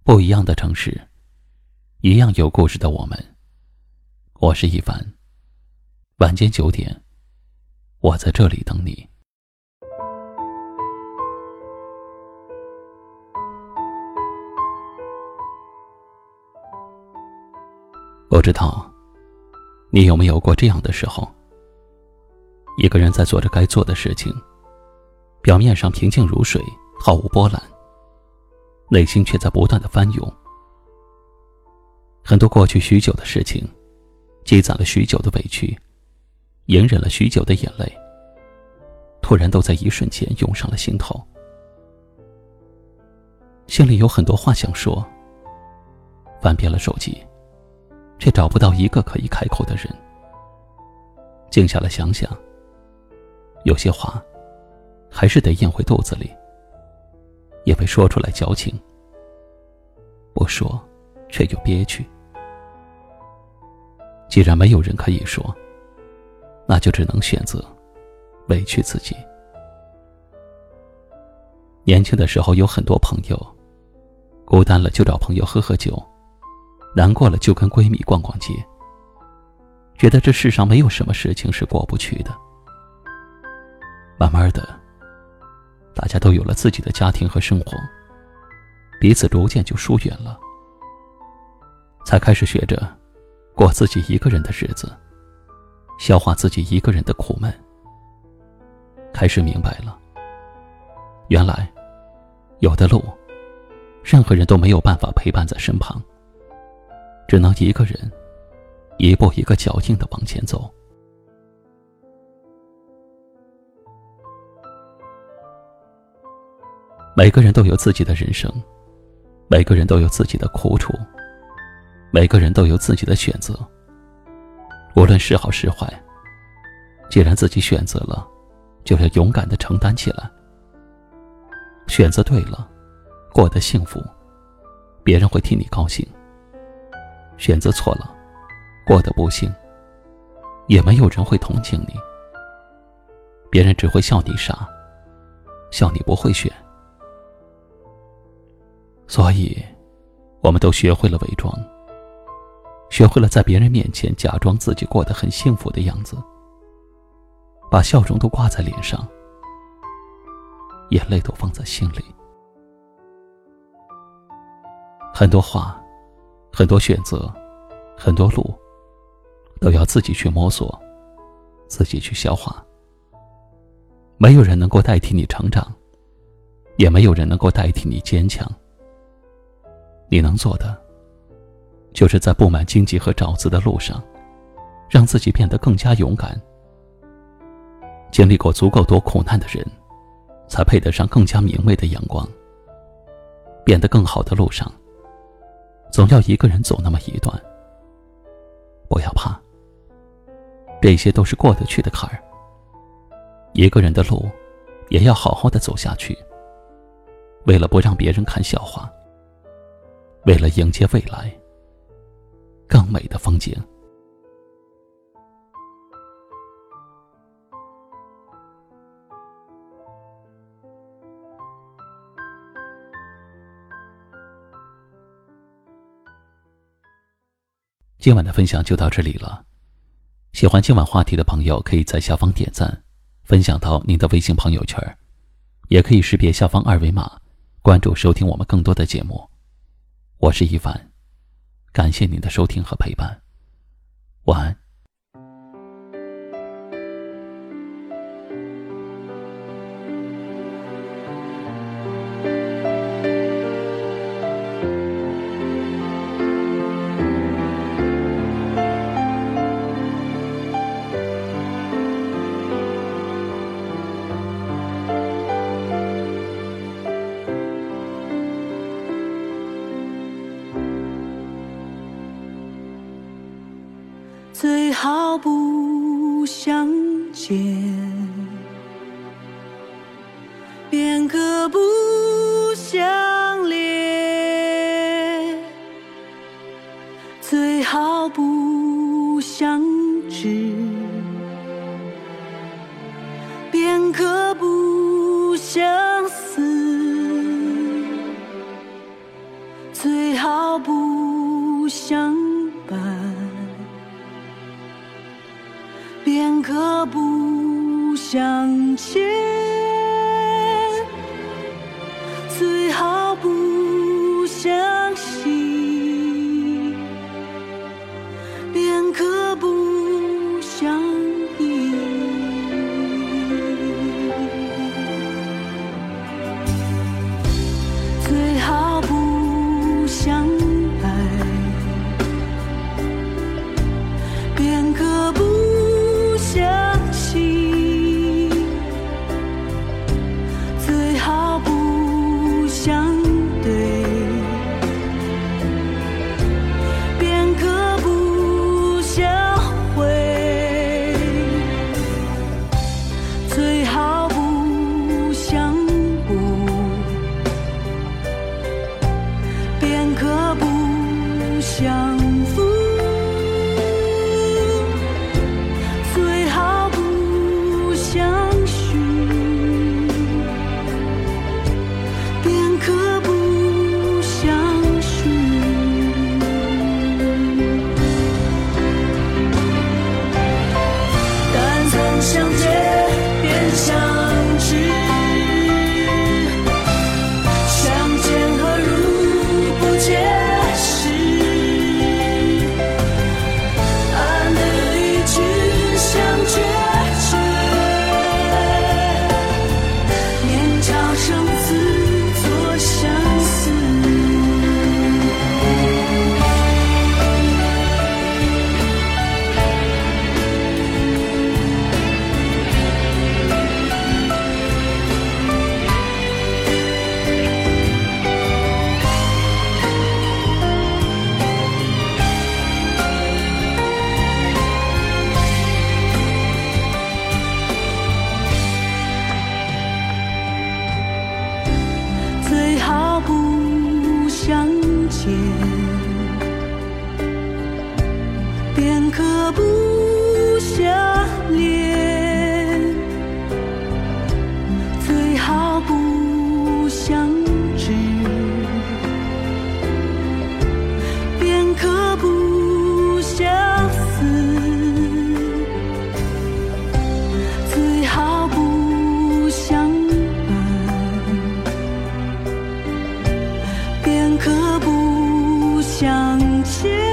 不一样的城市，一样有故事的我们。我是一凡，晚间9点，我在这里等你。不知道你有没有过这样的时候，一个人在做着该做的事情，表面上平静如水，毫无波澜，内心却在不断的翻涌。很多过去许久的事情，积攒了许久的委屈，隐忍了许久的眼泪，突然都在一瞬间涌上了心头。心里有很多话想说，翻遍了手机，却找不到一个可以开口的人。静下来想想，有些话还是得咽回肚子里，因为说出来矫情，不说却又憋屈。既然没有人可以说，那就只能选择委屈自己。年轻的时候有很多朋友，孤单了就找朋友喝喝酒，难过了就跟闺蜜逛逛街，觉得这世上没有什么事情是过不去的。慢慢的，大家都有了自己的家庭和生活，彼此逐渐就疏远了，才开始学着过自己一个人的日子，消化自己一个人的苦闷。开始明白了，原来有的路任何人都没有办法陪伴在身旁，只能一个人一步一个脚印地往前走。每个人都有自己的人生，每个人都有自己的苦楚，每个人都有自己的选择。无论是好是坏，既然自己选择了，就要勇敢地承担起来。选择对了，过得幸福，别人会替你高兴；选择错了，过得不幸，也没有人会同情你，别人只会笑你傻，笑你不会选。所以我们都学会了伪装，学会了在别人面前假装自己过得很幸福的样子，把笑容都挂在脸上，眼泪都放在心里。很多话，很多选择，很多路，都要自己去摸索，自己去消化。没有人能够代替你成长，也没有人能够代替你坚强。你能做的，就是在布满荆棘和沼泽的路上，让自己变得更加勇敢。经历过足够多苦难的人，才配得上更加明媚的阳光。变得更好的路上，总要一个人走那么一段。不要怕，这些都是过得去的坎儿。一个人的路，也要好好的走下去。为了不让别人看笑话，为了迎接未来更美的风景。今晚的分享就到这里了。喜欢今晚话题的朋友，可以在下方点赞，分享到您的微信朋友圈，也可以识别下方2维码，关注收听我们更多的节目。我是一凡，感谢您的收听和陪伴，晚安。 最好不相见，便可不相恋，最好不相知，便可不相思。最最好不相伴，便可不相欠。最好不相惜，便可不相依。最好不相爱，便可不相惜。最好不相对，便可不相会。最好不相顾，便可不相负。最好不相许，便可不相许。但曾相见便相知，相见何如不解释。安得一君相决绝，年长生死作相思。最好不相见，便可不相恋。最好不相知，便可不相思。最好不相伴，便可不相欠。